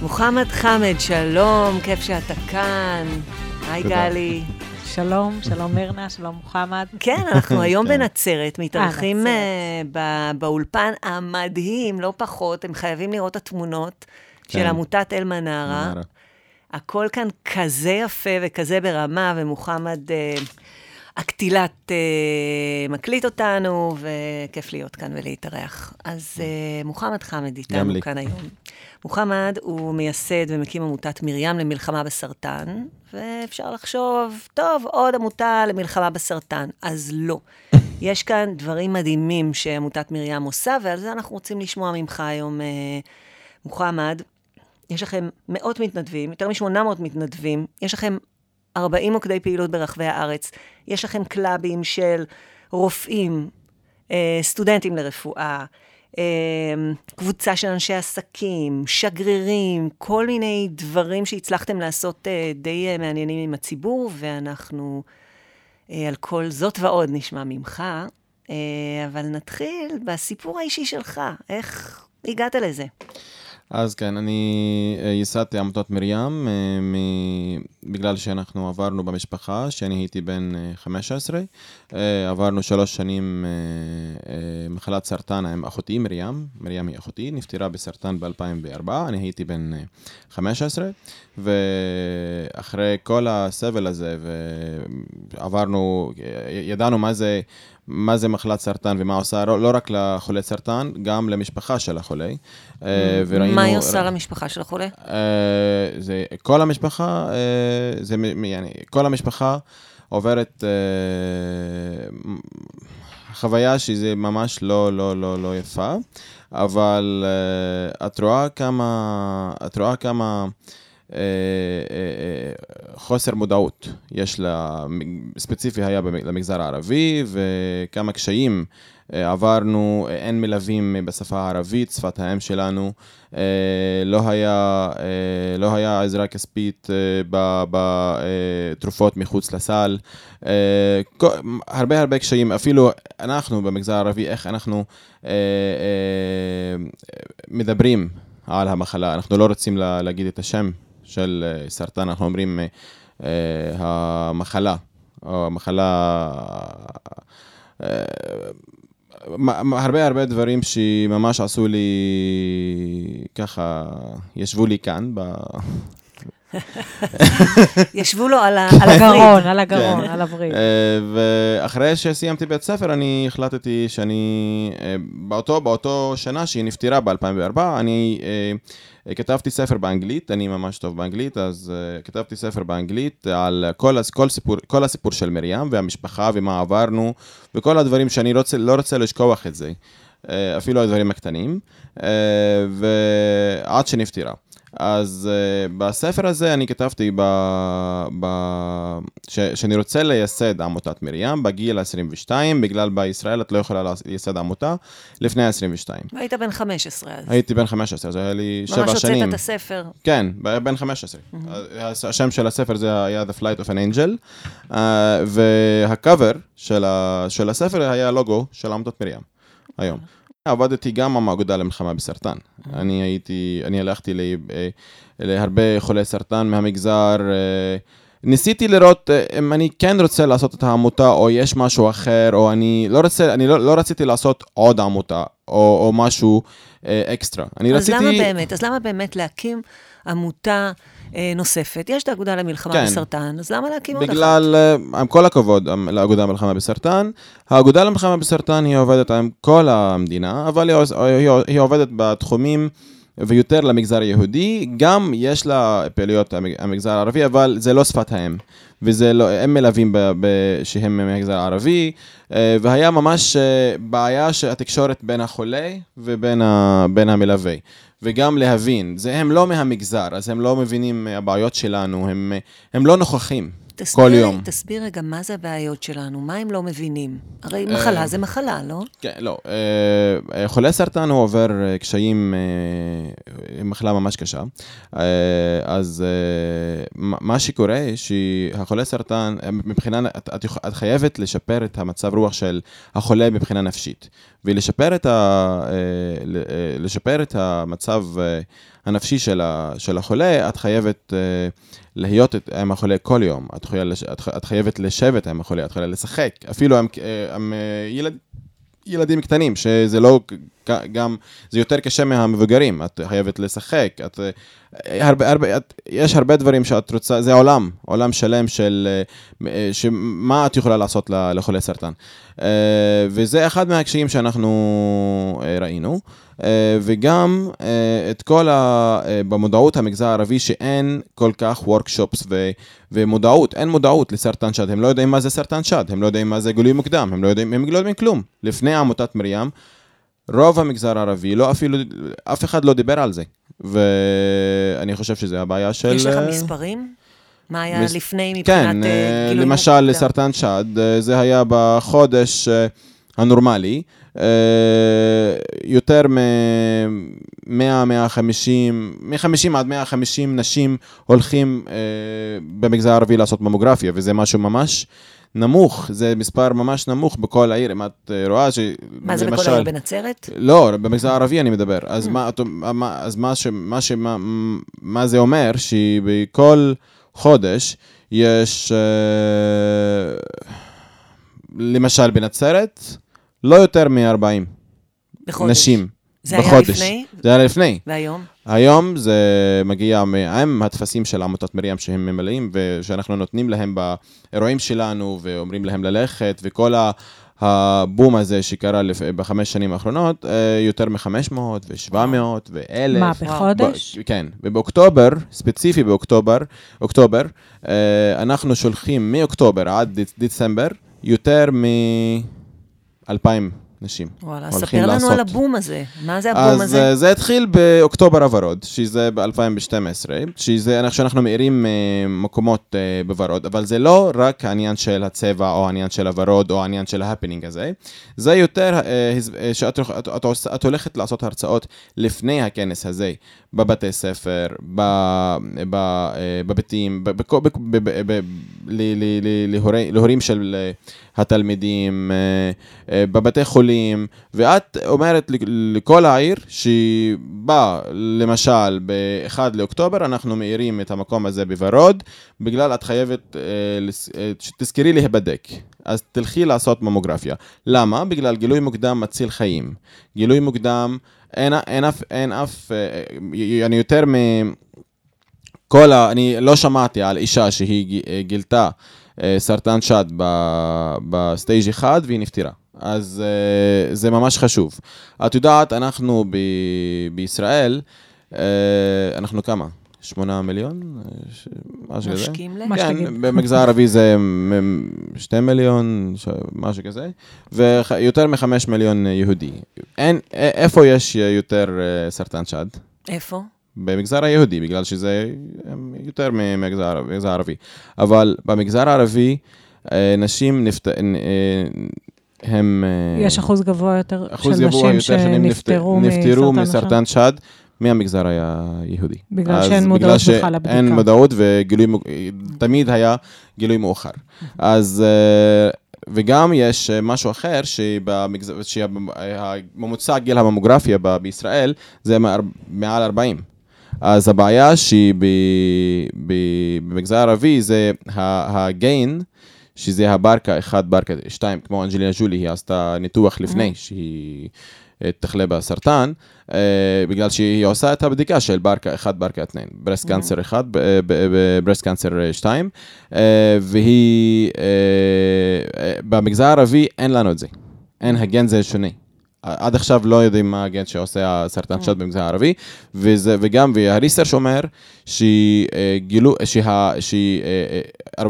מוחמד חמד, שלום, כיף שאתה כאן. היי גלי. שלום, שלום מרנה, שלום מוחמד. כן, אנחנו היום בנצרת, מתארחים באולפן המדהים, לא פחות, הם חייבים לראות את התמונות של עמותת אל-מנרה. הכל כאן כזה יפה וכזה ברמה, ומוחמד הקטילת מקליט אותנו, וכיף להיות כאן ולהתארח. אז מוחמד חמד איתנו כאן היום. מוחמד הוא מייסד ומקים עמותת מרים למלחמה בסרטן, ואפשר לחשוב, טוב, עוד עמותה למלחמה בסרטן. אז לא. יש כאן דברים מדהימים שעמותת מרים עושה, ועל זה אנחנו רוצים לשמוע ממך היום, מוחמד. יש לכם מאות מתנדבים, יותר מ-800 מתנדבים, יש לכם 40 מוקדי פעילות ברחבי הארץ, יש לכם קלאבים של רופאים, סטודנטים לרפואה, קבוצה של אנשי עסקים, שגרירים, כל מיני דברים שהצלחתם לעשות די מעניינים עם הציבור, ואנחנו על כל זאת ועוד נשמע ממך, אבל נתחיל בסיפור האישי שלך, איך הגעת לזה? אז כן, אני ייסדתי עמותת מרים, בגלל שאנחנו עברנו במשפחה, שאני הייתי בן 15, עברנו 3 שנים מחלת סרטן עם אחותי מרים היא אחותי, נפטרה בסרטן ב-2004, אני הייתי בן 15, ואחרי כל הסבל הזה, ועברנו, ידענו מה זה מחלת סרטן ומה עושה, לא רק לחולה סרטן, גם למשפחה של החולה. מה היא עושה למשפחה של החולה? כל המשפחה, כל המשפחה עוברת חוויה שזה ממש לא יפה, אבל את רואה כמה חוסר מודעות יש ספציפי היה למגזר הערבי, וכמה קשיים עברנו, אין מלווים בשפה הערבית, שפת האם שלנו, לא היה עזרה כספית בתרופות מחוץ לסל, הרבה קשיים, אפילו אנחנו במגזר הערבי, איך אנחנו מדברים על המחלה, אנחנו לא רוצים להגיד את השם של סרטן, אנחנו אומרים המחלה, או המחלה, הרבה דברים שממש עשו לי ככה, ישבו לי כאן ישבו לו על הגרון, על הברית. ואחרי שסיימתי בית ספר, אני החלטתי שאני, באותו שנה שהיא נפטרה ב-2004, אני כתבתי ספר באנגלית, אני ממש טוב באנגלית, אז כתבתי ספר באנגלית על כל הסיפור של מרים והמשפחה ומה עברנו, וכל הדברים שאני לא רוצה לשכוח את זה, אפילו הדברים הקטנים, ועד שנפטרה. אז בספר הזה אני כתבתי שאני רוצה לייסד עמותת מרים בגיל 22, בגלל בישראל את לא יכולה לייסד עמותה לפני 22. והיית בן 15 אז. הייתי בן 15, זה היה לי 7 שנים. ממש הוצאת את הספר. כן, בן 15. השם של הספר זה היה The Flight of an Angel, והקאבר של הספר היה לוגו של עמותת מרים היום. עבדתי גם עם האגודה למלחמה בסרטן. אני הלכתי להרבה חולי סרטן מהמגזר, ניסיתי לראות אם אני כן רוצה לעשות את העמותה, או יש משהו אחר, או אני לא רציתי לעשות עוד עמותה, או משהו אקסטרה. אז למה באמת להקים עמותה נוספת? יש את האגודה למלחמה בסרטן, אז למה להקים עוד אחת? בגלל, עם כל הכבוד לאגודה למלחמה בסרטן, האגודה למלחמה בסרטן היא עובדת עם כל המדינה, אבל היא עובדת בתחומים ויותר למגזר היהודי, גם יש לה פעילויות המגזר הערבי, אבל זה לא שפת האם, הם מלווים שהם מהמגזר הערבי, והיה ממש בעיה שהתקשורת בין החולה ובין המלווה. וגם להבין, הם לא מהמגזר, אז הם לא מבינים הבעיות שלנו, הם לא נוכחים כל יום. תסביר רגע, מה זה הבעיות שלנו? מה הם לא מבינים? הרי מחלה זה מחלה, לא? כן, לא. חולה סרטן הוא עובר קשיים, מחלה ממש קשה. אז מה שקורה, שהחולה שהחולה סרטן, את חייבת לשפר את המצב רוח של החולה מבחינה נפשית. ולשפר את המצב הנפשי של החולה, את חייבת להיות עם החולה כל יום, את חייבת לשבת עם החולה, את חייבת לשחק, אפילו עם ילדים קטנים, שזה לא, גם, זה יותר קשה מהמבוגרים, את חייבת לשחק, יש הרבה דברים שאת רוצה, זה עולם שלם של מה את יכולה לעשות לחולי סרטן. וזה אחד מהקשיים שאנחנו ראינו, וגם את כל במודעות המגזר הערבי שאין כל כך וורקשופס ומודעות, אין מודעות לסרטן שד, הם לא יודעים מה זה סרטן שד, הם לא יודעים מה זה גילוי מוקדם, הם לא יודעים כלום. לפני עמותת מרים, רוב המגזר הערבי, אף אחד לא דיבר על זה, ואני חושב שזה הבעיה של... יש לך מספרים? מה היה לפני מבחינת גילוי מוקדם? כן, למשל לסרטן שד, זה היה בחודש הנורמלי, יותר מ-50 עד 150 נשים הולכים במגזר הערבי לעשות ממוגרפיה, וזה משהו ממש נמוך, זה מספר ממש נמוך בכל העיר, אם את רואה ש... מה זה בכל העיר בנצרת? לא, במגזר הערבי אני מדבר. אז מה זה אומר? שבכל חודש יש, למשל בנצרת, לא יותר מ-40 נשים. זה היה לפני? זה היה לפני. והיום? היום זה מגיע עם התפסים של עמותת מרים שהם ממלאים, ושאנחנו נותנים להם באירועים שלנו, ואומרים להם ללכת, וכל הבום הזה שקרה ב5 שנים האחרונות, יותר מ-500 ו-700 ו-1000. מה, בחודש? כן, ובאוקטובר, ספציפי באוקטובר, אנחנו שולחים מאוקטובר עד דצמבר, יותר מ-2,000 נשים. וואלה, ספר לנו על הבום הזה. מה זה הבום הזה? אז זה התחיל באוקטובר הוורוד, שזה ב-2012, שאנחנו מאירים מקומות בוורוד, אבל זה לא רק העניין של הצבע, או העניין של הוורוד, או העניין של ההפנינג הזה, זה יותר שאת הולכת לעשות הרצאות לפני הכנס הזה, בבתי ספר, בבתים, להורים של התלמידים, בבתי חולים, ואת אומרת לכל העיר שבא, למשל, ב-1 לאוקטובר, אנחנו מאירים את המקום הזה בוורוד, בגלל את חייבת שתזכרי להיבדק. אז תלכי לעשות ממוגרפיה. למה? בגלל גילוי מוקדם מציל חיים. גילוי מוקדם, אין אף, אני יותר אני לא שמעתי על אישה שהיא גילתה סרטן שד בסטייג' 1 והיא נפטרה. אז זה ממש חשוב. את יודעת, אנחנו בישראל, אנחנו כמה? 8 מיליון? משהו כזה? משקיעים לב? כן, במגזר הערבי זה 2 מיליון, משהו כזה, ויותר מ5 מיליון יהודי. איפה יש יותר סרטן שד? איפה? במגזר היהודי, בגלל שזה יותר ממגזר הערבי. אבל במגזר הערבי, נשים הם... יש אחוז גבוה יותר של נשים שנפטרו מסרטן שד מהמגזר היהודי. בגלל שאין מודעות בכלל לבדיקה. אין מודעות ותמיד היה גילוי מאוחר. אז... וגם יש משהו אחר שהממוצע גיל הממוגרפיה בישראל זה מעל 40. אז הבעיה שהיא במגזר הערבי זה הגיין, שזה הברקה 1, ברקה 2, כמו אנג'לינה ג'ולי, היא עשתה ניתוח לפני שהיא תחלה בסרטן, בגלל שהיא עושה את הבדיקה של ברקה 1, ברקה 2, ברסט קאנצר 1, ברסט קאנצר 2, והיא, במגזר הערבי אין לנו את זה, אין הגן זה שונה. עד עכשיו לא יודעים מה הגן שעושה הסרטן שד במגזר הערבי, וגם, והריסרש אומר שגילו, 43%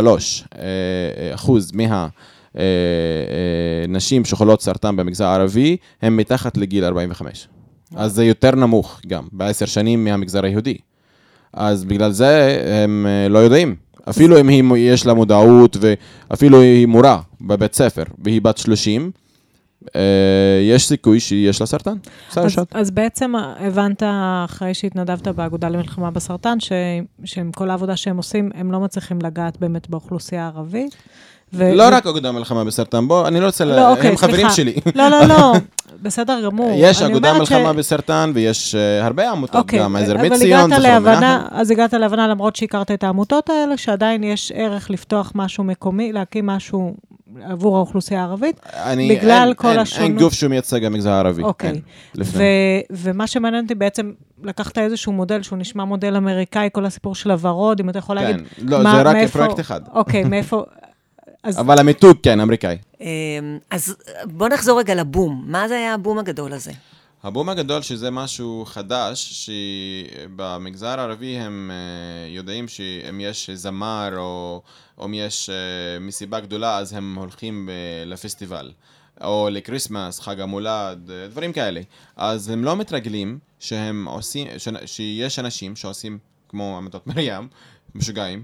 מהנשים שחולות סרטן במגזר הערבי, הם מתחת לגיל 45. אז זה יותר נמוך גם, ב10 שנים מהמגזר היהודי. אז בגלל זה הם לא יודעים. אפילו אם יש לה מודעות, ואפילו היא מורה בבית ספר, והיא בת 30, יש סיכוי שיש לה סרטן. אז בעצם הבנת אחרי שהתנדבת באגודה למלחמה בסרטן, שעם כל העבודה שהם עושים, הם לא מצליחים לגעת באמת באוכלוסייה הערבית. לא רק אגודה למלחמה בסרטן, בוא, אני לא רוצה, הם חברים שלי. לא, בסדר גמור. יש אגודה מלחמה בסרטן, ויש הרבה עמותות גם, אזרבייג'ן, אז הגעת להבנה, למרות שהכרת את העמותות האלה, שעדיין יש ערך לפתוח משהו מקומי, להקים משהו עבור האוכלוסייה הערבית, בגלל כל השונות. אין גוף שהוא מייצג המגזר הערבי. אוקיי. ומה שמעניין אותי בעצם, לקחת איזשהו מודל, שהוא נשמע מודל אמריקאי, כל הסיפור של הוורוד, אם אתה יכול להגיד... לא, זה רק פרויקט אחד. אוקיי, מאיפה... אבל המיתוג, כן, אמריקאי. אז בוא נחזור רגע לבום. מה זה היה הבום הגדול הזה? הבום הגדול שזה משהו חדש, שבמגזר הערבי הם יודעים שאם יש זמר או אם יש מסיבה גדולה, אז הם הולכים לפסטיבל. או לקריסמס, חג המולד, דברים כאלה. אז הם לא מתרגלים שהם עושים, שיש אנשים שעושים, כמו עמותות מרים, משוגעים,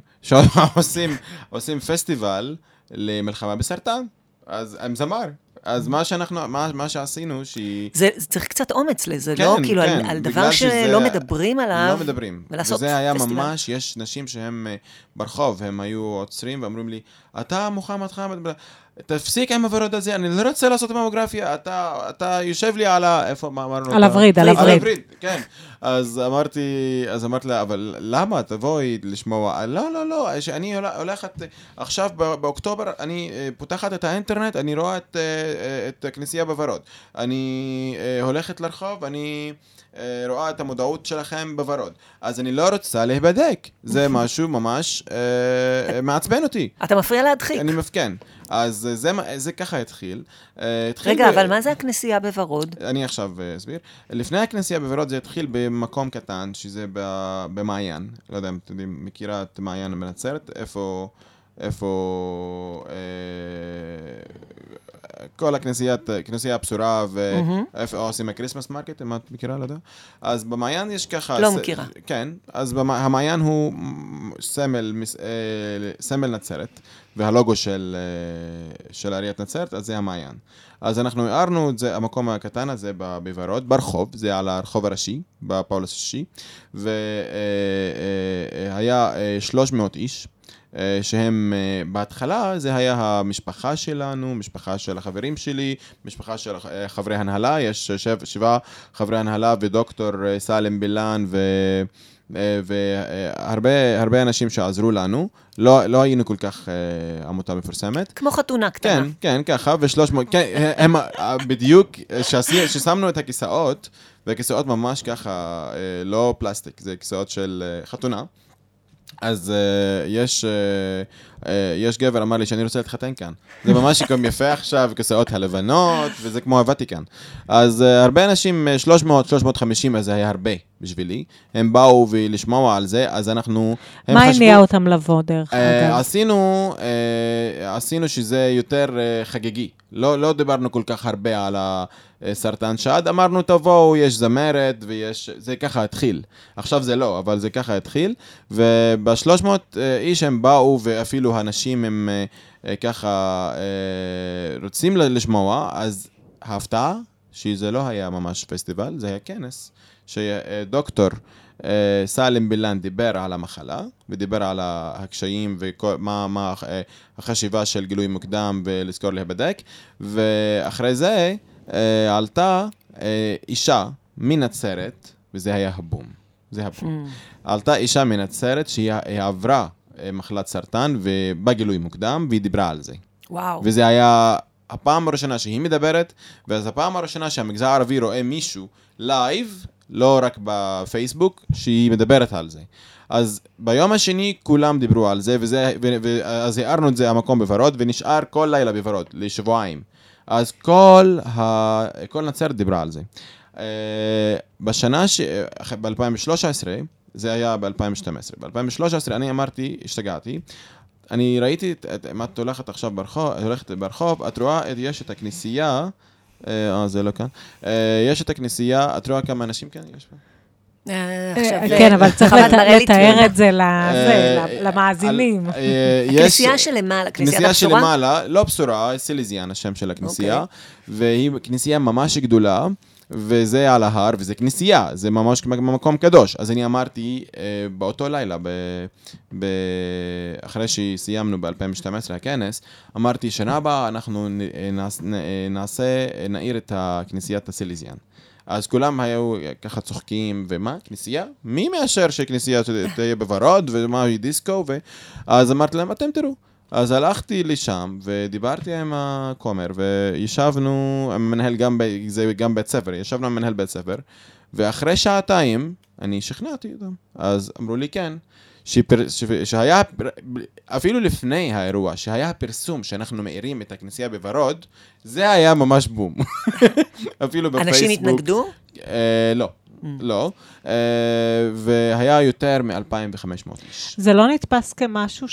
שעושים פסטיבל למלחמה בסרטן. אז הם זמר. אז מה שעשינו זה צריך קצת אומץ לזה, לא? כאילו על דבר שלא מדברים עליו. לא מדברים. וזה היה ממש, יש נשים שהם ברחוב, הם היו עוצרים ואמרים לי, אתה מוחמד חמד, תפסיק עם הוורוד הזה, אני לא רוצה לעשות ממוגרפיה, אתה יושב לי על איפה, מה אמרנו? על הווריד. על הווריד, כן. אז אמרתי לה, אבל למה? תבואי לשמוע. לא, שאני הולכת, עכשיו באוקטובר, אני פותחת את האינטרנט, אני רואה את הכנסייה בוורוד. אני הולכת לרחוב, אני רואה את המודעות שלכם בוורוד. אז אני לא רוצה להיבדק. זה משהו ממש מעצבן אותי. אתה מפריע להתחיק. אני מפכן. אז זה ככה התחיל. רגע, אבל מה זה הכנסייה בוורוד? אני עכשיו אסביר. לפני הכנסייה בוורוד זה התחיל במקום קטן, שזה במעיין. לא יודע אם אתם יודעים, מכירה את מעיין בנצרת, איפה כל הכנסייה הבשורה, ואיפה עושים הקריסמס מרקט, אם את מכירה, לא יודע? אז במעיין יש ככה... לא מכירה. כן, אז המעיין הוא סמל נצרת, והלוגו של עיריית נצרת, אז זה המעיין. אז אנחנו הערנו את זה, המקום הקטן הזה בוורוד, ברחוב, זה על הרחוב הראשי, בפאולוס השישי, והיה 300 איש, שהם בהתחלה, זה היה המשפחה שלנו, משפחה של החברים שלי, משפחה של חברי הנהלה, יש 7 חברי הנהלה ודוקטור סלם בילן והרבה אנשים שעזרו לנו, לא היינו כל כך עמותה מפורסמת. כמו חתונה קטנה. כן, ככה, ו300, כן, הם בדיוק, ששמנו את הכיסאות, והכיסאות ממש ככה, לא פלסטיק, זה כיסאות של חתונה. אז יש גבר אמר לי שאני רוצה להתחתן כאן. זה ממש יקום יפה עכשיו, כיסאות הלבנות, וזה כמו הוותיקן. אז הרבה אנשים, 300, 350, אז זה היה הרבה בשבילי. הם באו ולשמוע על זה, אז אנחנו... מה הניע אותם לבוא דרך אגב? עשינו שזה יותר חגיגי. לא דיברנו כל כך הרבה על הסרטן שד, אמרנו תבואו, יש זמרת, זה ככה התחיל. עכשיו זה לא, אבל זה ככה התחיל, וב-300 איש הם באו, ואפילו האנשים הם ככה רוצים לשמוע, אז ההפתעה, שזה לא היה ממש פסטיבל, זה היה כנס, שדוקטור סלם בילן דיבר על המחלה, ודיבר על הקשיים ומה החשיבה של גילוי מוקדם ולזכור להיבדק, ואחרי זה עלתה אישה מנצרת, וזה היה הבום. עלתה אישה מנצרת שהיא עברה מחלת סרטן ובגילוי מוקדם, והיא דיברה על זה. וואו. וזה היה הפעם הראשונה שהיא מדברת, ואז הפעם הראשונה שהמגזר הערבי רואה מישהו לייב, לא רק בפייסבוק, שהיא מדברת על זה. אז ביום השני כולם דיברו על זה, אז הערנו את זה המקום בוורוד, ונשאר כל לילה בוורוד, לשבועיים. אז כל נצרת דיברה על זה. בשנה ב-2013, זה היה ב-2012. ב-2013 אני אמרתי, השתגעתי, אני ראיתי, אם את הולכת עכשיו ברחוב, את רואה, יש את הכנסייה, זה לא כאן, יש את הכנסייה, את רואה כמה אנשים כאן יש פה? כן, אבל צריך לתאר את זה למאזינים. הכנסייה שלמעלה, כנסייה שלמעלה, לא בשורה, סילזיאן, השם של הכנסייה, והיא כנסייה ממש גדולה, וזה על ההר, וזה כנסייה, זה ממש מקום קדוש. אז אני אמרתי, באותו לילה, אחרי שסיימנו ב-2012 הכנס, אמרתי, שנה הבאה אנחנו נעיר את כנסיית הסילזיאן. אז כולם היו ככה צוחקים, ומה? כנסייה? מי מאשר שכנסייה תהיה בוורוד, ומה היא דיסקו? אז אמרתי להם, אתם תראו. אז הלכתי לשם, ודיברתי עם הכומר, וישבנו, המנהל זה גם בית ספר, ישבנו עם מנהל בית ספר, ואחרי שעתיים, אני שכנעתי אותם. אז אמרו לי כן, שהיה, אפילו לפני האירוע, שהיה הפרסום שאנחנו מאירים את הכנסייה בוורוד, זה היה ממש בום. אפילו בפייסבוק. אנשים התנגדו? לא. לא, והיה יותר מ-2,500 איש. זה לא נתפס כמשהו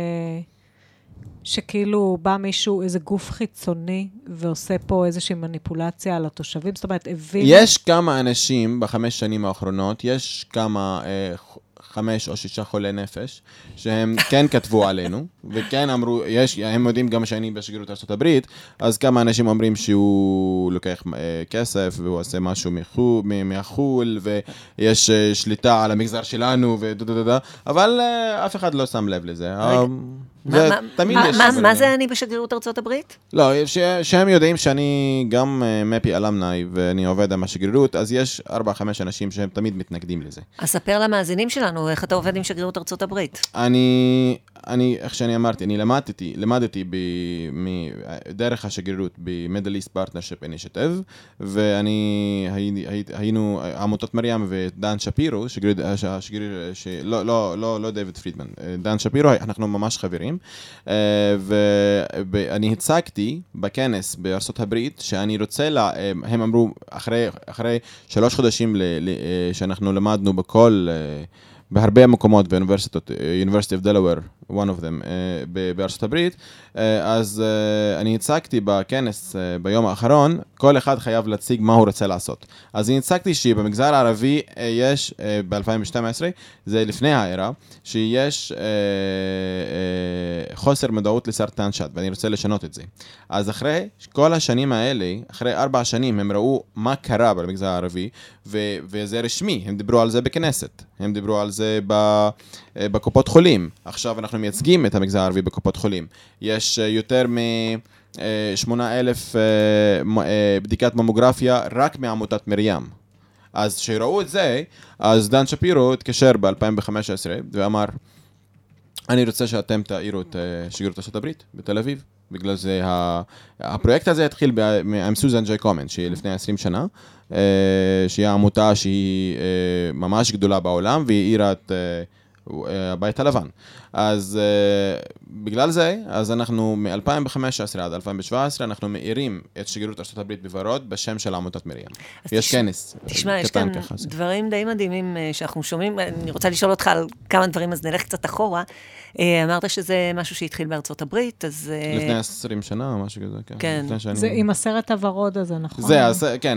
שכאילו בא מישהו, איזה גוף חיצוני, ועושה פה איזושהי מניפולציה על התושבים, זאת אומרת, יש כמה אנשים בחמש שנים האחרונות, יש כמה 5 או 6 חולי נפש, שהם כן כתבו עלינו, וכן אמרו, הם יודעים גם שאני בשגרירות ארצות הברית, אז כמה אנשים אומרים שהוא לוקח כסף, והוא עושה משהו מהחול, ויש שליטה על המגזר שלנו, אבל אף אחד לא שם לב לזה. מה זה אני בשגרירות ארצות הברית? לא, שהם יודעים שאני גם מפי אלמני, ואני עובד עם השגרירות, אז יש 4-5 אנשים שהם תמיד מתנגדים לזה. אז ספר למאזינים שלנו, איך אתה עובד עם שגרירות ארצות הברית? איך שאני אמרתי, אני למדתי דרך השגרירות ב-Middle East Partnership Initiative, ואני היינו עמותות מרים ודן שפירו, השגריר, לא דיוויד פרידמן, דן שפירו, אנחנו ממש חברים, ואני הצגתי בכנס בארצות הברית, שאני רוצה, הם אמרו, אחרי 3 חודשים שאנחנו למדנו בהרבה מקומות באוניברסיטות, University of Delaware, one of them, בארצות הברית, אז אני הצגתי בכנס ביום האחרון, כל אחד חייב להציג מה הוא רוצה לעשות. אז אני הצגתי שבמגזר הערבי יש, ב-2012, זה לפני העירה, שיש חוסר מודעות לסרטן שד, ואני רוצה לשנות את זה. אז אחרי כל השנים האלה, אחרי 4 שנים, הם ראו מה קרה במגזר הערבי, וזה רשמי, הם דיברו על זה בכנסת, הם דיברו על זה בקופות חולים. עכשיו אנחנו מייצגים את המגזר הערבי בקופות חולים. יש יותר מ-8,000 בדיקת ממוגרפיה רק מעמותת מרים. אז שראו את זה, אז דן שפירו התקשר ב-2015 ואמר, אני רוצה שאתם תאירו את שגרירות ארצות הברית בתל אביב. בגלל זה הפרויקט הזה התחיל עם סוזן ג'יי קומן, שהיא לפני 20 שנה, שהיא עמותה שהיא ממש גדולה בעולם, והיא העירה את הבית הלבן. אז בגלל זה, אז אנחנו מ-2015 עד 2017, אנחנו מאירים את שגרירות ארצות הברית בוורוד בשם של עמותת מרים. יש כנס. תשמע, יש כאן דברים די מדהימים שאנחנו שומעים. אני רוצה לשאול אותך על כמה דברים, אז נלך קצת אחורה. אמרת שזה משהו שהתחיל בארצות הברית, אז... לפני 20 שנה, משהו כזה, כן. זה עם 10 הוורוד הזה, נכון? זה, כן,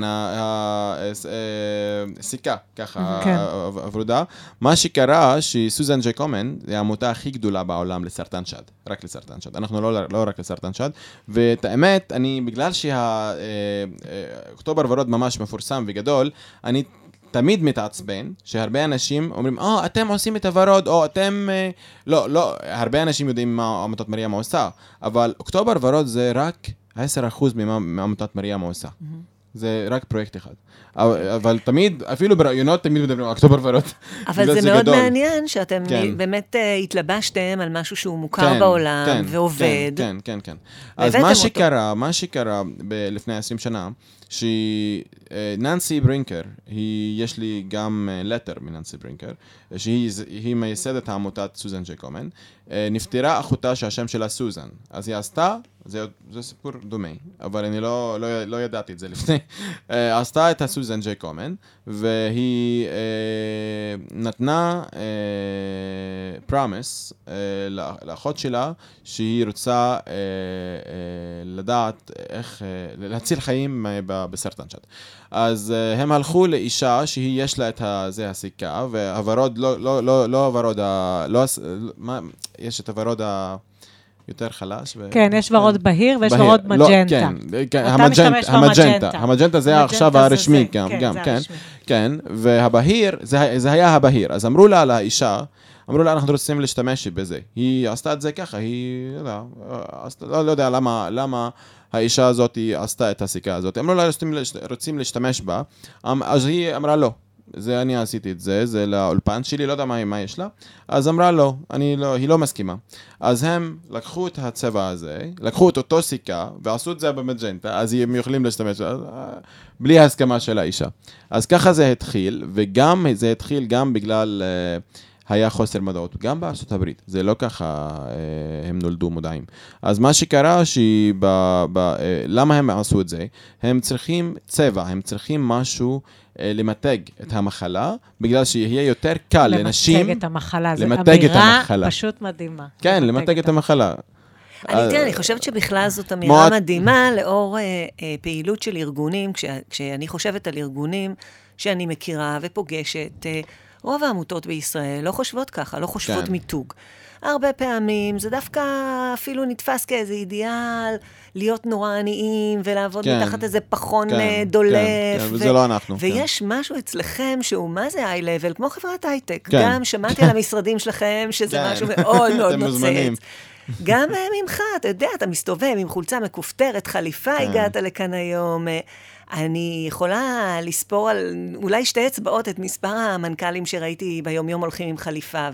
הסיכה, ככה, הוורודה. מה שקרה, שסוזן ג'יי קומן, זה העמותה הכי גדולה בעולם לסרטן שד, רק לסרטן שד. אנחנו לא רק לסרטן שד, ואת האמת, בגלל שהאוקטובר ורוד ממש מפורסם וגדול, אני תמיד מתעצבן, שהרבה אנשים אומרים, אתם עושים את הוורוד, או אתם... לא, הרבה אנשים יודעים מה עמותת מרים עושה, אבל אוקטובר ורוד זה רק 10% מעמותת מרים עושה. זה רק פרויקט אחד. אבל תמיד, אפילו ברעיונות, תמיד מדברים על אוקטובר ורוד. אבל זה מאוד מעניין שאתם באמת התלבשתם על משהו שהוא מוכר בעולם ועובד. כן. אז מה שקרה לפני 20 שנה, שננסי ברינקר, יש לי גם לטר מננסי ברינקר, שהיא מייסדת העמותת סוזן ג'יי קומן, נפטרה אחותה שהשם שלה סוזן. אז היא עשתה, זה סיפור דומה, אבל אני לא ידעתי את זה לפני, עשתה את הסוזן ג'יי קומן, והיא נתנה פרומס לאחות שלה, שהיא רוצה לדעת איך להציל חיים בסרטן שד. אז הם הלכו לאישה שיש לה את הסיכה, והוורוד, לא הוורוד, יש את הוורוד יותר חלש. כן, יש ורוד בהיר ויש ורוד מג'נטה. כן, המג'נטה זה עכשיו הרשמי גם, כן, והבהיר, זה היה הבהיר. אז אמרו לה לאישה, אמרו לה, אנחנו רוצים להשתמש בזה. היא עשתה את זה ככה, היא, לא יודע למה האישה הזאת עשתה את הסיכה הזאת. אמרו לה, רוצים להשתמש בה, אז היא אמרה לא. אני עשיתי את זה, זה לאולפן שלי, לא יודע מה יש לה. אז אמרה לא, היא לא מסכימה. אז הם לקחו את הצבע הזה, לקחו את אותו סיכה, ועשו את זה במג'נטה, אז הם יכולים להשתמש בלי ההסכמה של האישה. אז ככה זה התחיל, וגם זה התחיל גם בגלל היה חוסר מודעות, גם בארצות הברית. זה לא ככה הם נולדו מודעים. אז מה שקרה, למה הם עשו את זה? הם צריכים צבע, הם צריכים משהו למתג את המחלה, בגלל שיהיה יותר קל לנשים... למתג את המחלה, זו אמירה פשוט מדהימה. כן, למתג את המחלה. אני חושבת שבכלל זאת אמירה מדהימה, לאור פעילות של ארגונים, כשאני חושבת על ארגונים שאני מכירה ופוגשת, רוב העמותות בישראל לא חושבות ככה, לא חושבות מיתוג. הרבה פעמים זה דווקא אפילו נתפס כאיזה אידיאל, להיות נורא עניים ולעבוד מתחת איזה פחון דולף. וזה לא אנחנו. ויש משהו אצלכם שהוא מה זה איי-לבל, כמו חברת הייטק. גם שמעתי על המשרדים שלכם שזה משהו מאוד מאוד נוצץ. גם ממך, אתה יודע, אתה מסתובב עם חולצה מכופתרת, חליפה, הגעת לכאן היום. אני יכולה לספור על אולי 2 אצבעות את מספר המנכ"לים שראיתי ביום יום הולכים עם חליפה,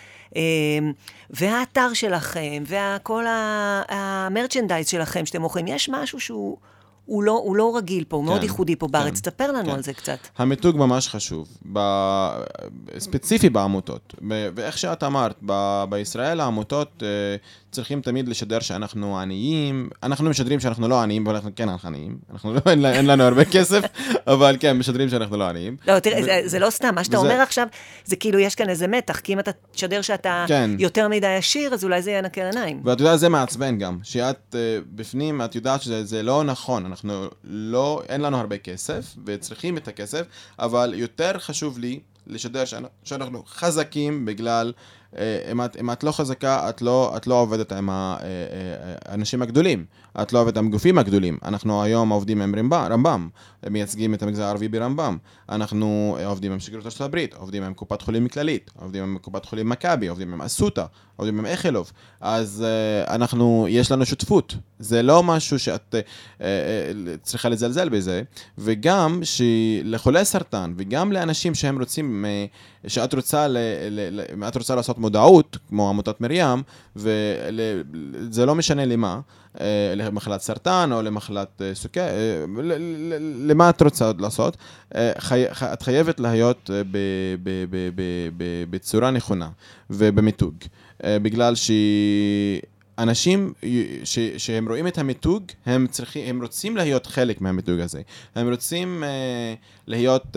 והאתר שלכם, וכל המרצ'נדייז שלכם שאתם מוכרים, יש משהו שהוא לא רגיל פה, הוא מאוד ייחודי פה בארץ. תספר לנו על זה קצת. המיתוג ממש חשוב, ספציפי בעמותות, ואיך שאת אמרת, בישראל העמותות צריכים תמיד לשדר שאנחנו עניים, אנחנו משדרים שאנחנו לא עניים, אבל אנחנו כן עניים, אין לנו הרבה כסף, אבל כן, משדרים שאנחנו לא עניים. לא, תראה, זה לא סתם, מה שאתה אומר עכשיו, זה כאילו יש כאן איזה מתח, כי אם אתה תשדר שאתה יותר מדי עשיר, אז אולי זה ינקר עיניים. ואת יודעת, זה מעצבן גם, שאת בפנים, את יודעת שזה לא נכון, אנחנו לא, אין לנו הרבה כסף, וצריכים את הכסף, אבל יותר חשוב לי לשדר שאנחנו חזקים בגלל, אם את לא חזקה, את לא עובדת עם האנשים הגדולים, את לא עובדת עם גופים הגדולים. אנחנו היום עובדים עם רמב"ם, מייצגים את המגזר הערבי ברמב"ם. אנחנו עובדים עם שגרירות ארצות הברית, עובדים עם קופת חולים כללית, עובדים עם קופת חולים מכבי, עובדים עם אסותא, עובדים עם איכילוב. אז יש לנו שותפות. זה לא משהו שאת צריכה לזלזל בזה, וגם שלחולי סרטן, וגם לאנשים שהם רוצים, שאת רוצה לעשות מודעות, כמו עמותת מרים, וזה לא משנה למה, למחלת סרטן או למחלת סוכר, למה את רוצה לעשות, את חייבת להיות בצורה נכונה ובמיתוג, בגלל אנשים שהם רואים את המיתוג, הם רוצים להיות חלק מהמיתוג הזה. הם רוצים להיות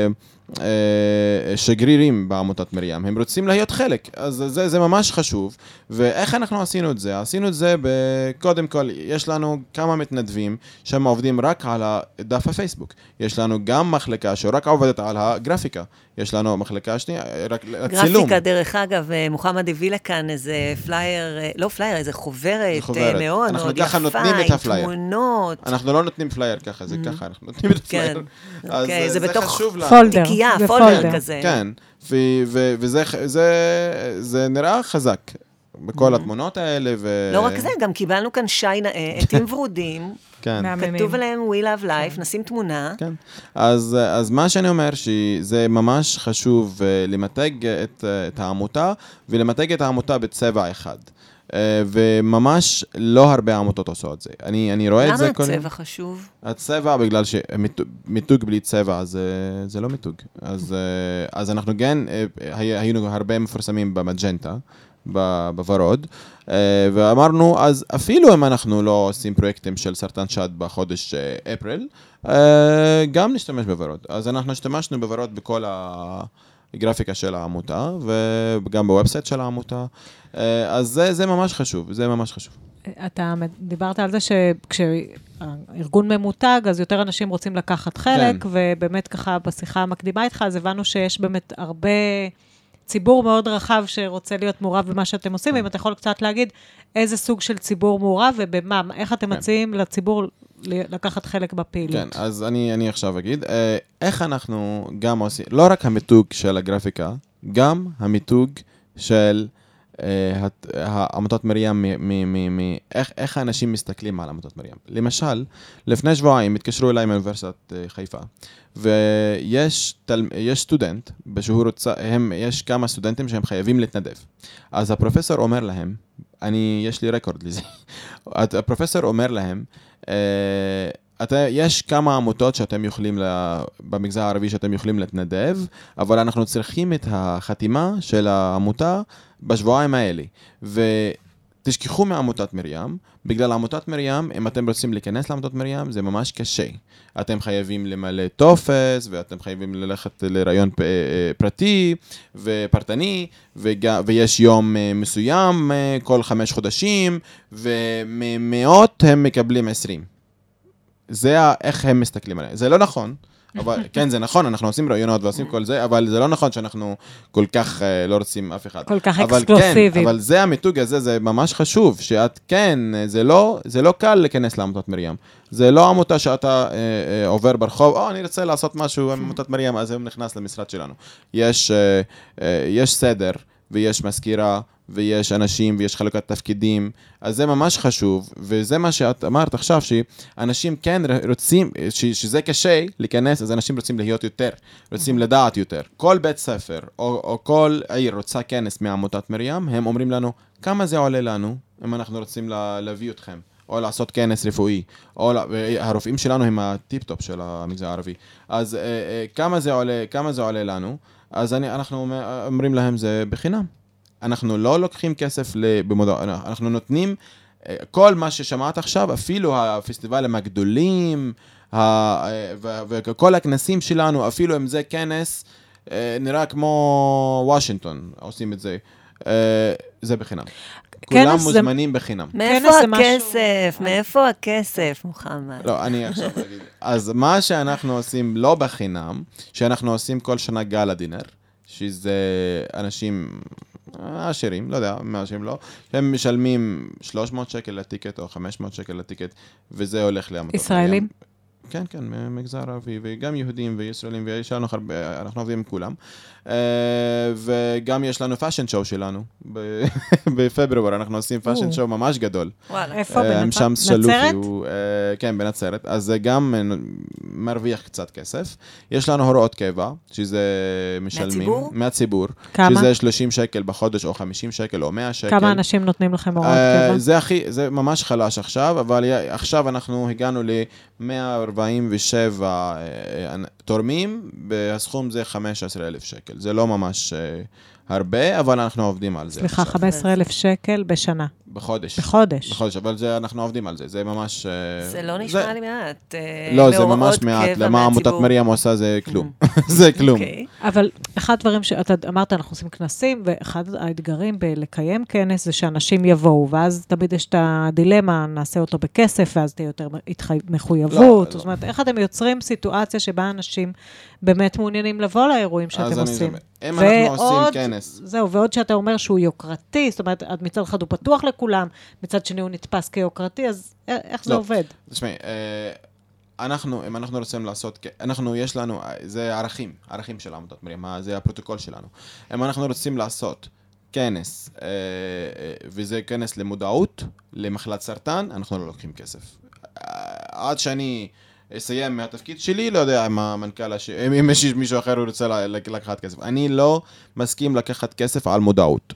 שגרירים בעמותת מרים. הם רוצים להיות חלק. אז זה ממש חשוב. ואיך אנחנו עשינו את זה? עשינו את זה קודם כל, יש לנו כמה מתנדבים שהם עובדים רק על דף הפייסבוק. יש לנו גם מחלקה שרק עובדת על הגרפיקה. יש לנו מחלקה שנייה, רק הצילום. גרפיקה, דרך אגב, מוחמד הביא לכאן איזה פלייר, לא פלייר, איזה חוברת מאוד מאוד יפה, עם תמונות. אנחנו לא נותנים פלייר ככה, זה ככה, אנחנו נותנים את הפלייר. אז זה בתוך פולדר כזה. כן, וזה נראה חזק. בכל התמונות האלה. לא רק זה, גם קיבלנו כאן שי נאה, עטים ורודים, כתוב עליהם We Love Life, נשים תמונה. כן, אז מה שאני אומר, שזה ממש חשוב למתג את העמותה, ולמתג את העמותה בצבע אחד. וממש לא הרבה עמותות עושות את זה. אני רואה את זה כל... למה הצבע חשוב? הצבע, בגלל שמיתוג בלי צבע, זה לא מיתוג. אז אנחנו כן, היינו הרבה מפורסמים במג'נטה, בוורוד, ואמרנו, אז אפילו אם אנחנו לא עושים פרויקטים של סרטן שד בחודש אפריל, גם נשתמש בוורוד. אז אנחנו השתמשנו בוורוד בכל גרפיקה של העמותה, וגם בוובסייט של העמותה. אז זה ממש חשוב, זה ממש חשוב. אתה דיברת על זה שכשארגון ממותג, אז יותר אנשים רוצים לקחת חלק, כן. ובאמת ככה בשיחה המקדימה איתך, אז הבנו שיש באמת הרבה ציבור מאוד רחב שרוצה להיות מעורב במה שאתם עושים, ואם אתה יכול קצת להגיד איזה סוג של ציבור מעורב, ובמה, איך אתם מציעים לציבור לקחת חלק בפעילות. כן, אז אני עכשיו אגיד, איך אנחנו גם עושים, לא רק המיתוג של הגרפיקה, גם המיתוג של עמותות מרים, איך האנשים מסתכלים על עמותות מרים. למשל, לפני שבועיים התקשרו אליי מאוניברסיטת חיפה, ויש סטודנט, יש כמה סטודנטים שהם חייבים להתנדב. אז הפרופסור אומר להם, יש לי רקורד לזה, הפרופסור אומר להם, יש כמה עמותות שאתם יכולים, במגזר הערבי שאתם יכולים להתנדב, אבל אנחנו צריכים את החתימה של העמותה בשבועיים האלה. ותשכחו מעמותת מרים, בגלל עמותת מרים, אם אתם רוצים להיכנס לעמותת מרים, זה ממש קשה. אתם חייבים למלא טופס, ואתם חייבים ללכת לרעיון פרטי ופרטני, ויש יום מסוים כל 5 חודשים, ומאות הם מקבלים 20. זה איך הם מסתכלים עליהם. זה לא נכון, אבל כן, זה נכון, אנחנו עושים רעיונות ועושים כל זה, אבל זה לא נכון שאנחנו כל כך לא רוצים אף אחד. כל כך אקסקלוסיבי. כן, אבל זה המיתוג הזה, זה ממש חשוב, שאת כן, זה לא קל להיכנס לעמותת מרים. זה לא עמותה שאתה עובר ברחוב, אני רוצה לעשות משהו עם עמותת מרים, אז הוא נכנס למשרד שלנו. יש סדר, ויש מזכירה, ויש אנשים, ויש חלוקת תפקידים, אז זה ממש חשוב, וזה מה שאת אמרת עכשיו, שאנשים כן רוצים, שזה קשה להיכנס, אז אנשים רוצים להיות יותר, רוצים לדעת יותר. כל בית ספר, או כל עיר רוצה כנס מעמותת מרים, הם אומרים לנו, כמה זה עולה לנו, אם אנחנו רוצים להביא אתכם, או לעשות כנס רפואי, או הרופאים שלנו הם הטיפ-טופ של המגזר הערבי, אז כמה זה עולה לנו, אז אנחנו אומרים להם, זה בחינם. אנחנו לא לוקחים כסף במודע, אנחנו נותנים כל מה ששמעת עכשיו, אפילו הפסטיבלים הגדולים, וכל הכנסים שלנו, אפילו אם זה כנס, נראה כמו וושינגטון, עושים את זה, זה בחינם. כולם מוזמנים בחינם. מאיפה הכסף, מוחמד? לא, אני עכשיו אגיד. אז מה שאנחנו עושים לא בחינם, שאנחנו עושים כל שנה גאלה דינר, שזה אנשים עשירים, לא יודע, עשירים לא, הם משלמים 300 שקל לטיקט או 500 שקל לטיקט, וזה הולך לעמותות. ישראלים? כן, מגזר ערבי, וגם יהודים וישראלים, ויש לנו הרבה, אנחנו עובדים עם כולם. וגם יש לנו פאשן שואו שלנו, בפברואר אנחנו עושים פאשן שואו ממש גדול. איפה? בנצרת? כן, בנצרת, אז זה גם מרוויח קצת כסף. יש לנו הוראות קבע, שזה משלמים. מהציבור? כמה? שזה 30 שקל בחודש, או 50 שקל, או 100 שקל. כמה אנשים נותנים לכם הוראות קבע? זה ממש חלש עכשיו, אבל עכשיו אנחנו הגענו ל-147 תורמים, בסכום זה 15,000 שקל. זה לא ממש הרבה, אבל אנחנו עובדים על זה. סליחה, 15,000 שקל בשנה. בחודש. בחודש, אבל אנחנו עובדים על זה. זה ממש... זה לא נשמע לי מעט. לא, זה ממש מעט. למה עמותת מרים עושה זה כלום. זה כלום. אבל אחד הדברים שאתה אמרת, אנחנו עושים כנסים, ואחד האתגרים בלקיים כנס זה שאנשים יבואו, ואז תמיד יש את הדילמה, נעשה אותו בכסף, ואז תהיה יותר מחויבות. זאת אומרת, איך אתם יוצרים סיטואציה שבה אנשים באמת מעוניינים לבוא לאירועים שאתם עושים? אם אנחנו עושים כנס. זהו, ועוד שאתה אומר שהוא יוקרתי, זאת אומרת, מצד אחד הוא פתוח לכולם, מצד שני הוא נתפס כיוקרתי, אז איך זה עובד? תשמעי, אם אנחנו רוצים לעשות, יש לנו, זה ערכים של עמותת מרים, זה הפרוטוקול שלנו. אם אנחנו רוצים לעשות כנס, וזה כנס למודעות, למחלת סרטן, אנחנו לא לוקחים כסף. עד שאני אסיים מהתפקיד שלי, לא יודע אם המנכ"ל, אם יש מישהו אחר הוא רוצה לקחת כסף. אני לא מסכים לקחת כסף על מודעות.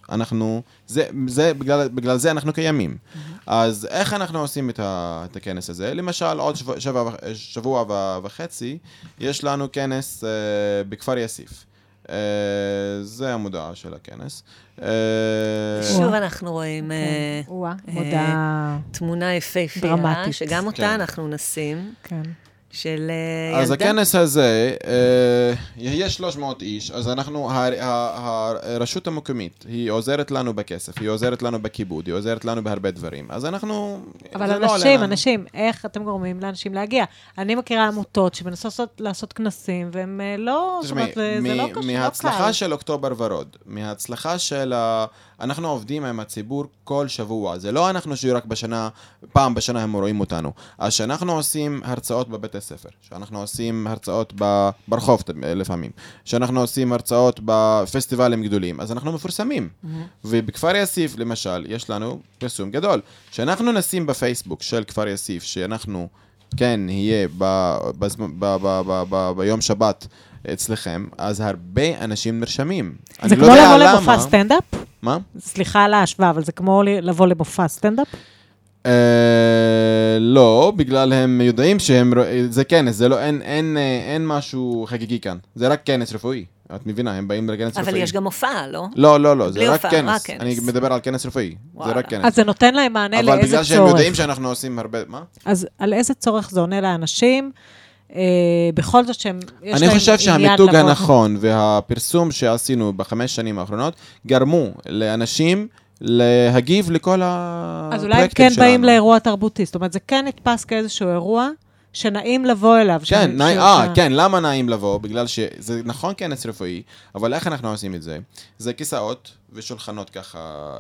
בגלל זה אנחנו קיימים. אז איך אנחנו עושים את הכנס הזה? למשל, עוד שבוע וחצי, יש לנו כנס בכפר יאסיף. זה המודעה של הכנס. שוב אנחנו רואים תמונה יפהפייה, שגם אותה אנחנו נשים. של ילדה. אז הכנס הזה, יהיה 300 איש, אז אנחנו, הרשות המקומית, היא עוזרת לנו בכסף, היא עוזרת לנו בכיבוד, היא עוזרת לנו בהרבה דברים, אז אנחנו... אבל אנשים, איך אתם גורמים לאנשים להגיע? אני מכירה עמותות שמנסות לעשות כנסים, והם לא... תשמעי, מההצלחה של אוקטובר ורוד, מההצלחה של... אנחנו עובדים עם הציבור כל שבוע, זה לא אנחנו שרק פעם בשנה הם רואים אותנו, אז שאנחנו עושים הרצאות בבית הספר, שאנחנו עושים הרצאות ברחוב לפעמים, שאנחנו עושים הרצאות בפסטיבלים גדולים, אז אנחנו מפורסמים. ובכפר יאסיף למשל, יש לנו פרסום גדול, שאנחנו נשים בפייסבוק של כפר יאסיף, שאנחנו כן יהיה ביום שבת אצלכם, אז הרבה אנשים נרשמים. זה כמו לבוא למופע סטנדאפ? מה? סליחה על ההשוואה, אבל זה כמו לבוא למופע סטנדאפ? לא, בגלל הם יודעים זה כנס, זה לא, אין משהו חגיגי כאן. זה רק כנס רפואי. את מבינה, הם באים לכנס רפואי. אבל יש גם הופעה, לא? לא, זה רק כנס. אני מדבר על כנס רפואי. זה רק כנס. אז זה נותן להם מענה לאיזה צורך. אבל בגלל שהם יודעים שאנחנו עושים הרבה, מה? אז על איזה צורך זה עונה לאנשים? בכל זאת שהם... אני חושב שהמיתוג הנכון והפרסום שעשינו ב5 שנים האחרונות גרמו לאנשים להגיב לכל הפרויקטים שלנו. אז אולי הם כן באים לאירוע תרבותי, זאת אומרת, זה כן נתפס כאיזשהו אירוע שנעים לבוא אליו. כן, למה נעים לבוא? בגלל שזה נכון כנס רפואי, אבל איך אנחנו עושים את זה? זה כיסאות ושולחנות ככה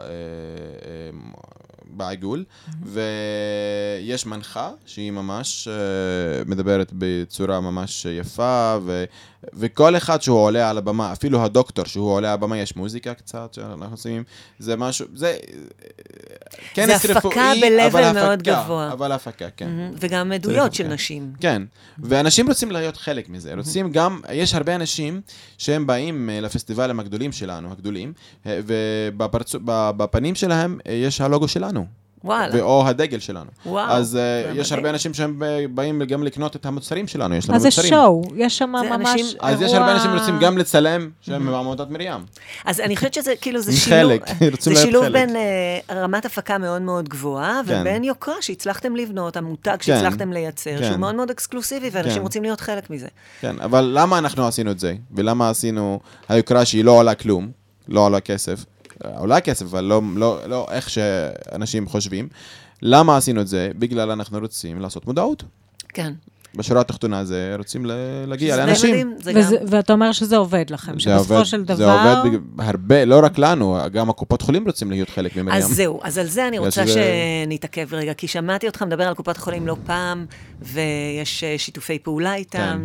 בעיגול, ויש מנחה שהיא ממש מדברת בצורה ממש יפה, וכל אחד שהוא עולה על הבמה, אפילו הדוקטור שהוא עולה על הבמה, יש מוזיקה קצת שאנחנו עושים, זה משהו, זה כנס רפואי, אבל הפקה, כן. וגם עדויות של נשים. כן, ואנשים רוצים להיות חלק מזה, רוצים גם, יש הרבה אנשים שהם באים לפסטיבלים הגדולים שלנו, הגדולים, ובפנים שלהם יש הלוגו שלנו. או הדגל שלנו. אז יש הרבה אנשים שהם באים גם לקנות את המוצרים שלנו, יש לנו מוצרים. אז זה שואו, יש שם ממש אירוע... אז יש הרבה אנשים רוצים גם לצלם, שהם בעמותת מרים. אז אני חושבת שזה כאילו, זה שילוב בין רמת הפקה מאוד מאוד גבוהה, ובין יוקרה שהצלחתם לבנות, המותג שהצלחתם לייצר, שהוא מאוד מאוד אקסקלוסיבי, ואנשים רוצים להיות חלק מזה. כן, אבל למה אנחנו עשינו את זה? ולמה עשינו היוקרה שהיא לא עולה כלום, לא עולה כסף? עולה כסף, אבל לא איך שאנשים חושבים. למה עשינו את זה? בגלל אנחנו רוצים לעשות מודעות. כן. בשורה התחתונה זה רוצים להגיע לאנשים. ואתה אומר שזה עובד לכם, שבסופו של דבר... זה עובד הרבה, לא רק לנו, גם הקופות חולים רוצים להיות חלק ממרים. אז זהו, אז על זה אני רוצה שנתעכב רגע, כי שמעתי אותך מדבר על קופות חולים לא פעם, ויש שיתופי פעולה איתם.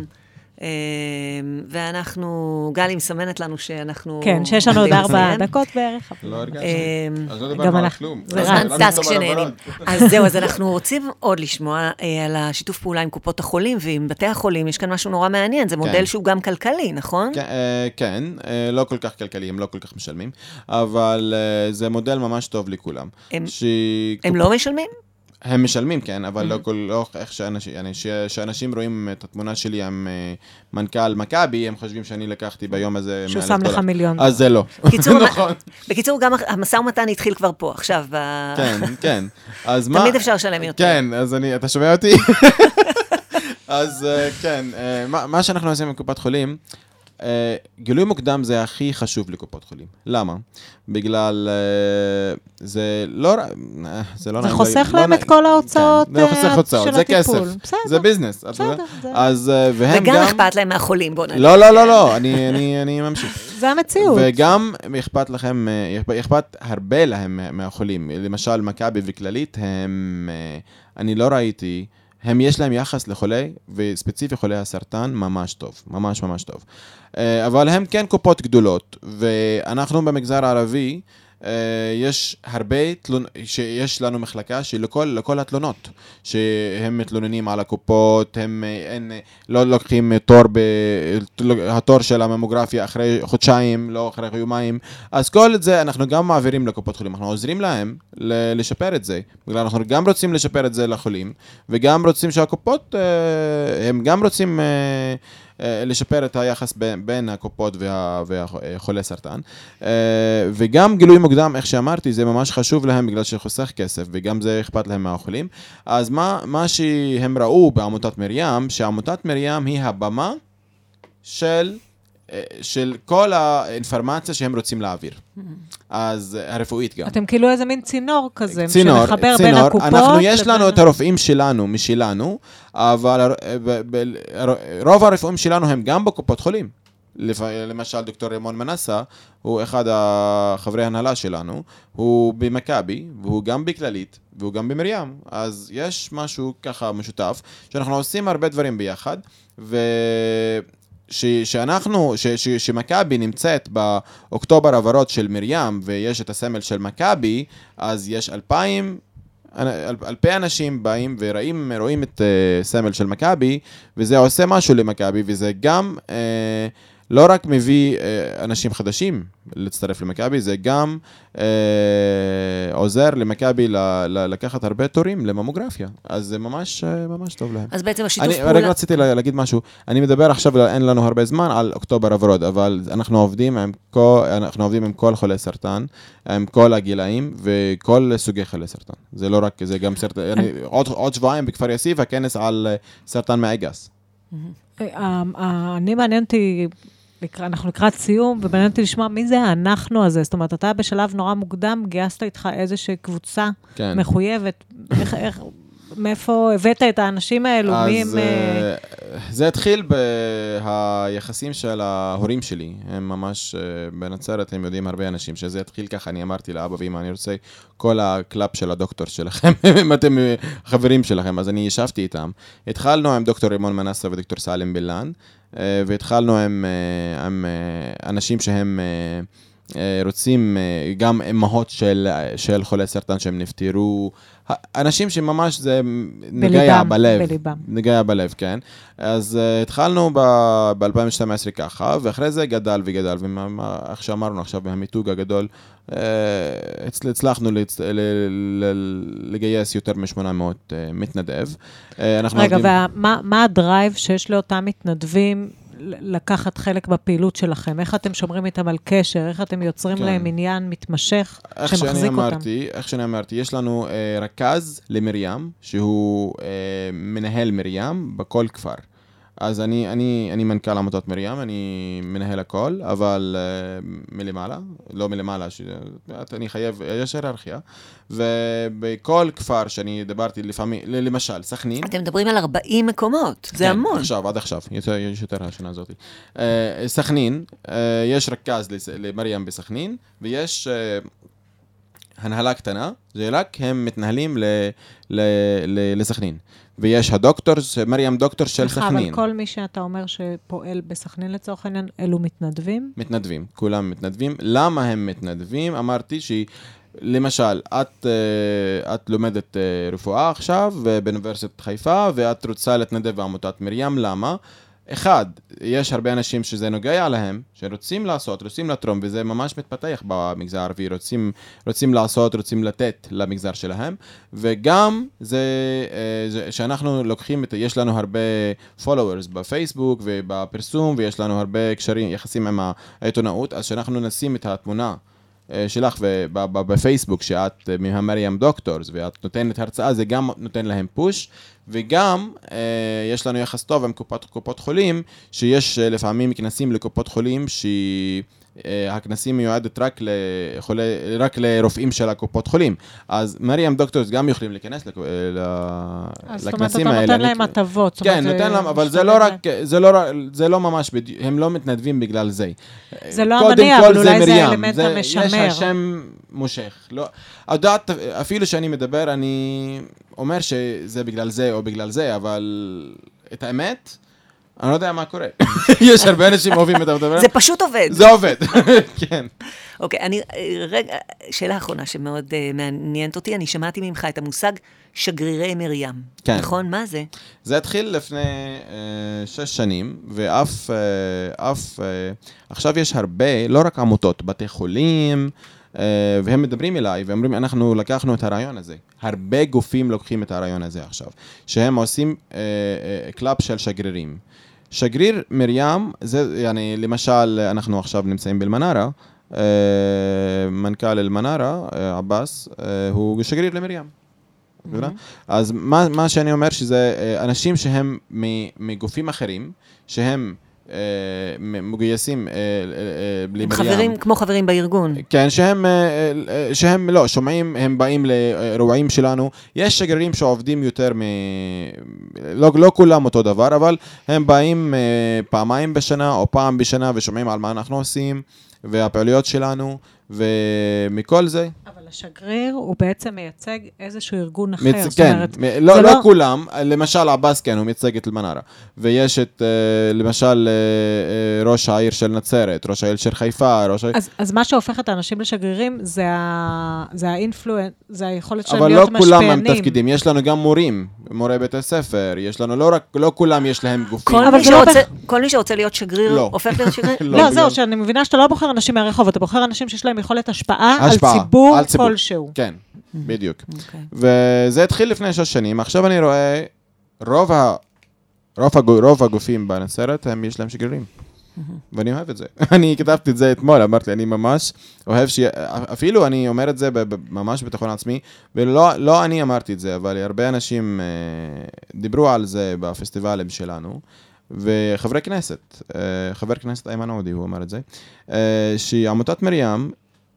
ואנחנו, גלי מסמנת לנו שאנחנו... כן, שיש לנו עוד 4 דקות בערך. לא הרגשנו. אז לא דיברנו על כלום. טס כשנהנים. אז זהו, אז אנחנו רוצים עוד לשמוע על השיתוף פעולה עם קופות החולים ועם בתי החולים. יש כאן משהו נורא מעניין, זה מודל שהוא גם כלכלי, נכון? כן, לא כל כך כלכלי, הם לא כל כך משלמים, אבל זה מודל ממש טוב לכולם. הם לא משלמים? הם משלמים, כן, אבל לא איך שאנשים רואים את התמונה שלי עם מנכ"ל מכבי, הם חושבים שאני לקחתי ביום הזה... שהוא שם לך מיליון. אז זה לא. בקיצור, גם המשא ומתן התחיל כבר פה, עכשיו. כן, כן. תמיד אפשר לשלם יותר. כן, אז אתה שומע אותי? אז כן, מה שאנחנו עושים עם קופת חולים, גילוי מוקדם זה הכי חשוב לקופות חולים. למה? בגלל זה לא... זה חוסך להם את כל ההוצאות של הטיפול. זה כסף, זה ביזנס. וגם אכפת להם מהחולים, בוא נגיד. לא, אני ממשיך. זה המציאות. וגם אכפת הרבה להם מהחולים. למשל, מכבי וכללית, אני לא ראיתי... יש להם יחס לחולי, וספציפי חולי הסרטן, ממש טוב, ממש ממש טוב. אבל הם כן קופות גדולות, ואנחנו במגזר הערבי, יש הרבה שיש לנו מחלקה שלכל התלונות, שהם מתלוננים על הקופות, הם לא לוקחים התור של הממוגרפיה אחרי חודשיים, לא אחרי יומיים, אז כל זה אנחנו גם מעבירים לקופות חולים, אנחנו עוזרים להם לשפר את זה, בגלל אנחנו גם רוצים לשפר את זה לחולים, וגם רוצים שהקופות, הם גם רוצים לשפר את היחס בין הקופות והחולי סרטן. וגם גילוי מוקדם, איך שאמרתי, זה ממש חשוב להם בגלל שחוסך כסף, וגם זה אכפת להם מהחולים. אז מה שהם ראו בעמותת מרים, שעמותת מרים היא הבמה של כל האינפורמציה שהם רוצים להעביר. אז הרפואית גם. אתם כאילו איזה מין צינור כזה, שמחבר בין הקופות. יש לנו את הרופאים שלנו, משלנו, אבל רוב הרופאים שלנו הם גם בקופות חולים. למשל, דוקטור רימון מנסה, הוא אחד החברי הנהלה שלנו, הוא במכבי, והוא גם בכללית, והוא גם במרים. אז יש משהו ככה משותף, שאנחנו עושים הרבה דברים ביחד, שמכבי נמצאת באוקטובר הוורוד של מרים, ויש את הסמל של מכבי, אז יש 2,000 אנשים באים ורואים את סמל של מכבי, וזה עושה משהו למכבי, וזה גם לא רק מביא אנשים חדשים להצטרף למכבי, זה גם עוזר למכבי לקחת הרבה תורים לממוגרפיה. אז זה ממש טוב להם. אז בעצם השיתוף פעולה... רגע רציתי להגיד משהו. אני מדבר עכשיו, אין לנו הרבה זמן, על אוקטובר הוורוד, אבל אנחנו עובדים עם כל חולי סרטן, עם כל הגילאים, וכל סוגי חולי סרטן. זה לא רק, זה גם סרטן... עוד שבועיים בכפר יאסיף, הכנס על סרטן מעי גס. אני מעניינתי... אנחנו לקראת סיום, ומעניין אותי לשמוע מי זה אנחנו הזה. זאת אומרת, אתה בשלב נורא מוקדם, גייסת איתך איזושהי קבוצה מחויבת. מאיפה הבאת את האנשים האלו? אז זה התחיל ביחסים של ההורים שלי. הם ממש בנצרת, הם יודעים הרבה אנשים, שזה התחיל ככה. אני אמרתי לאבא ואמא, אני רוצה כל הקלאב של הדוקטור שלכם, אם אתם חברים שלכם. אז אני ישבתי איתם. התחלנו עם דוקטור רימון מנסה ודוקטור סלם בלן, והתחלנו עם אנשים שהם רוצים, גם אמהות של חולי סרטן שהם נפטרו, אנשים שממש זה נגע בלב. נגע בלב, כן. אז התחלנו ב-2012 ככה, ואחרי זה גדל וגדל, ואיך שאמרנו עכשיו, מהמיתוג הגדול, הצלחנו לגייס יותר מ-800 מתנדב. רגע, ומה הדרייב שיש לאותם מתנדבים לקחת חלק בפעילות שלכם? איך אתם שומרים איתם על קשר? איך אתם יוצרים להם עניין מתמשך שמחזיק אותם? איך שאני אמרתי, יש לנו רכז למרים, שהוא מנהל מרים בכל כפר. אז אני מנכ"ל עמותת מרים, אני מנהל הכל, אבל מלמעלה, לא מלמעלה, אני חייב, יש היררכיה, ובכל כפר שאני דיברתי לפעמים, למשל, סכנין. אתם מדברים על 40 מקומות, זה המון. עד עכשיו, יש יותר השנה הזאת. סכנין, יש רכז למרים בסכנין, ויש הנהלה קטנה, זה רק הם מתנהלים לסכנין. ויש הדוקטור, מרים דוקטור של סכנין. אבל כל מי שאתה אומר שפועל בסכנין לצורך העניין, אלו מתנדבים? מתנדבים, כולם מתנדבים. למה הם מתנדבים? אמרתי למשל, את לומדת רפואה עכשיו באוניברסיטת חיפה, ואת רוצה להתנדב בעמותת מרים, למה? אחד, יש הרבה אנשים שזה נוגע להם, שרוצים לעשות, רוצים לתרום, וזה ממש מתפתח במגזר הערבי, רוצים לעשות, רוצים לתת למגזר שלהם, וגם זה שאנחנו לוקחים, יש לנו הרבה followers בפייסבוק ובפרסום, ויש לנו הרבה קשרים, יחסים עם העיתונאות, אז שאנחנו נשים את התמונה שלך בפייסבוק, שאת מהמרים דוקטורס, ואת נותנת הרצאה, זה גם נותן להם פוש, וגם יש לנו יחס טוב עם קופות חולים, שיש לפעמים כנסים לקופות חולים, שהכנסים מיועדת רק לרופאים של הקופות חולים. אז מרים דוקטורס גם יכולים להיכנס לכנסים האלה. אתה נותן להם הטבות. כן, נותן להם, אבל זה לא ממש, הם לא מתנדבים בגלל זה. זה לא המניע, אבל אולי זה האלמנט המשמר. יש השם מושך. אפילו שאני מדבר, אני אומר שזה בגלל זה או בגלל זה, אבל את האמת, אני לא יודע מה קורה. יש הרבה אנשים אוהבים את הדבר. זה פשוט עובד. זה עובד, כן. אוקיי, רגע, שאלה האחרונה שמאוד מעניינת אותי, אני שמעתי ממך את המושג שגרירי מרים. כן. נכון? מה זה? זה התחיל לפני 6 שנים, עכשיו יש הרבה, לא רק עמותות, בתי חולים, והם מדברים אליי, ואומרים, אנחנו לקחנו את הרעיון הזה. הרבה גופים לוקחים את הרעיון הזה עכשיו, שהם עושים קלאב של שגרירים. שגריר מרים, זה, يعني, למשל, אנחנו עכשיו נמצאים באל-מנארה, מנכ"ל אל-מנארה, עבאס, הוא שגריר למרים. אז מה שאני אומר שזה אנשים שהם מגופים אחרים, שהם מגויסים למרים. חברים, כמו חברים בארגון. כן, שהם לא, שומעים, הם באים לאירועים שלנו. יש שגרירים שעובדים יותר לא כולם אותו דבר, אבל הם באים פעמיים בשנה או פעם בשנה ושומעים על מה אנחנו עושים והפעילויות שלנו ומכל זה. אבל השגריר הוא בעצם מייצג איזשהו ארגון אחר. כן, לא כולם, למשל עבאס כן, הוא מייצג את אל-מנארה, ויש את, למשל, ראש העיר של נצרת, ראש העיר של חיפה, אז מה שהופך את האנשים לשגרירים, זה האינפלואנס, זה היכולת שלהם להיות משפיענים. אבל לא כולם הם תפקידים, יש לנו גם מורים, מורי בית הספר, יש לנו לא כולם יש להם גופים. כל מי שרוצה להיות שגריר, הופך להיות שגריר? לא, זהו, שאני מבינה שאתה לא בוחר אנשים מהרחוב, אתה בוחר אנשים שיש להם יכולת השפעה על ציבור כלשהו. כן, בדיוק. וזה התחיל לפני 6 שנים, עכשיו אני רואה רוב הגופים בנצרת, יש להם שגרירים. ואני אוהב את זה. אני כתבתי את זה אתמול, אמרתי, אני ממש אוהב אפילו אני אומר את זה ממש בתוכן עצמי, ולא אני אמרתי את זה, אבל הרבה אנשים דיברו על זה בפסטיבלים שלנו, וחברי כנסת, חבר כנסת איימן עודי, הוא אמר את זה, שעמותת מרים,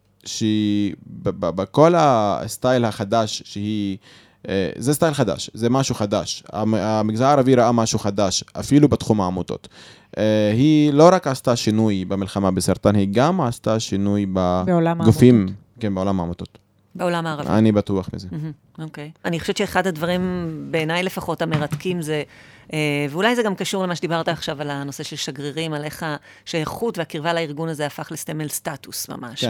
שבכל הסטייל החדש שהיא, זה סטייל חדש, זה משהו חדש. המגזר הערבי ראה משהו חדש, אפילו בתחום העמותות. היא לא רק עשתה שינוי במלחמה בסרטן, היא גם עשתה שינוי בגופים, כן, בעולם העמותות. בעולם הערבי. אני בטוח בזה. אוקיי. אני חושבת שאחד הדברים, בעיניי לפחות המרתקים זה, ואולי זה גם קשור למה שדיברת עכשיו על הנושא של שגרירים, על איך השייכות והקרבה לארגון הזה הפך לסמל סטטוס ממש.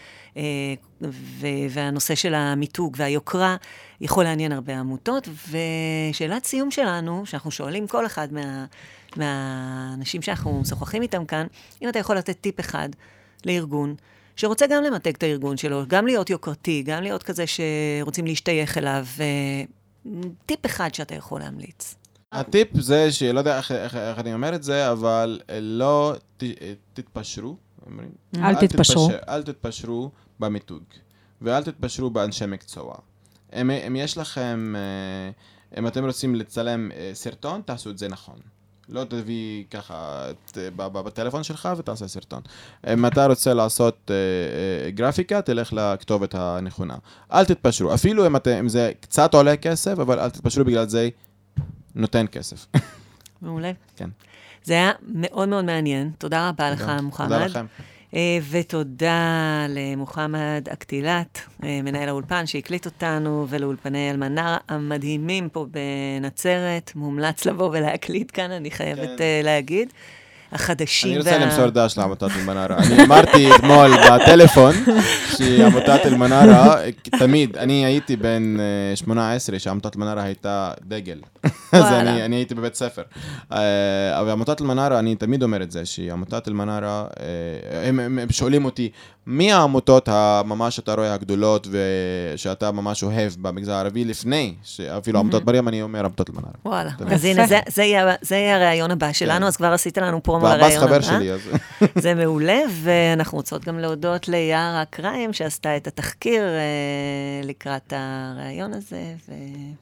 והנושא של המיתוג והיוקרה יכול לעניין הרבה עמותות, ושאלת סיום שלנו, שאנחנו שואלים כל אחד מהאנשים שאנחנו משוחחים איתם כאן, אם אתה יכול לתת טיפ אחד לארגון, שרוצה גם למתג את הארגון שלו, גם להיות יוקרתי, גם להיות כזה שרוצים להשתייך אליו, טיפ אחד שאתה יכול להמליץ. הטיפ זה שלא יודע איך אני אומר את זה, אבל לא תתפשרו. אל תתפשרו במיתוג, ואל תתפשרו באנשי מקצוע. אם יש לכם, אם אתם רוצים לצלם סרטון, תעשו את זה נכון. לא תביא ככה בטלפון שלך ותעשה סרטון. אם אתה רוצה לעשות גרפיקה, תלך לכתובת הנכונה. אל תתפשרו. אפילו אם זה קצת עולה כסף, אבל אל תתפשרו בגלל זה נותן כסף. מעולה. כן. זה היה מאוד מאוד מעניין. תודה רבה לך, מוחמד. תודה לכם. ותודה למוחמד אקטילת, מנהל האולפן שהקליט אותנו, ולאולפני אל-מנארה המדהימים פה בנצרת. מומלץ לבוא ולהקליט כאן, אני חייבת להגיד. החדשים. אני רוצה למסור דש לעמותת אל-מנארה. אני אמרתי אתמול בטלפון שעמותת אל-מנארה, תמיד, אני הייתי בן 18, שעמותת אל-מנארה הייתה דגל. אז אני הייתי בבית ספר. אבל עמותת אל-מנארה, אני תמיד אומר את זה, שעמותת אל-מנארה, הם שואלים אותי, מי העמותות הממש אתה רואה הגדולות, ושאתה ממש אוהב במגזר הערבי, לפני שאפילו עמותת מרים, אני אומר עמותת אל-מנארה. וואלה, אז הנה, זה יהיה הרעיון הבא שלנו, אז כבר עשית לנו פרומו לרעיון הבא. והבאס חבר שלי, אז... זה מעולה, ואנחנו רוצות גם להודות ליערה אקריים, שעשתה את התחקיר לקראת הרעיון הזה,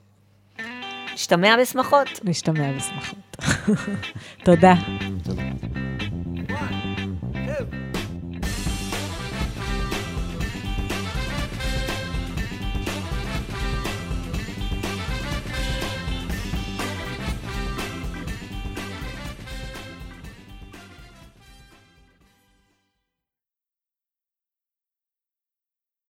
נשתמע בשמחות. נשתמע בשמחות. תודה. תודה.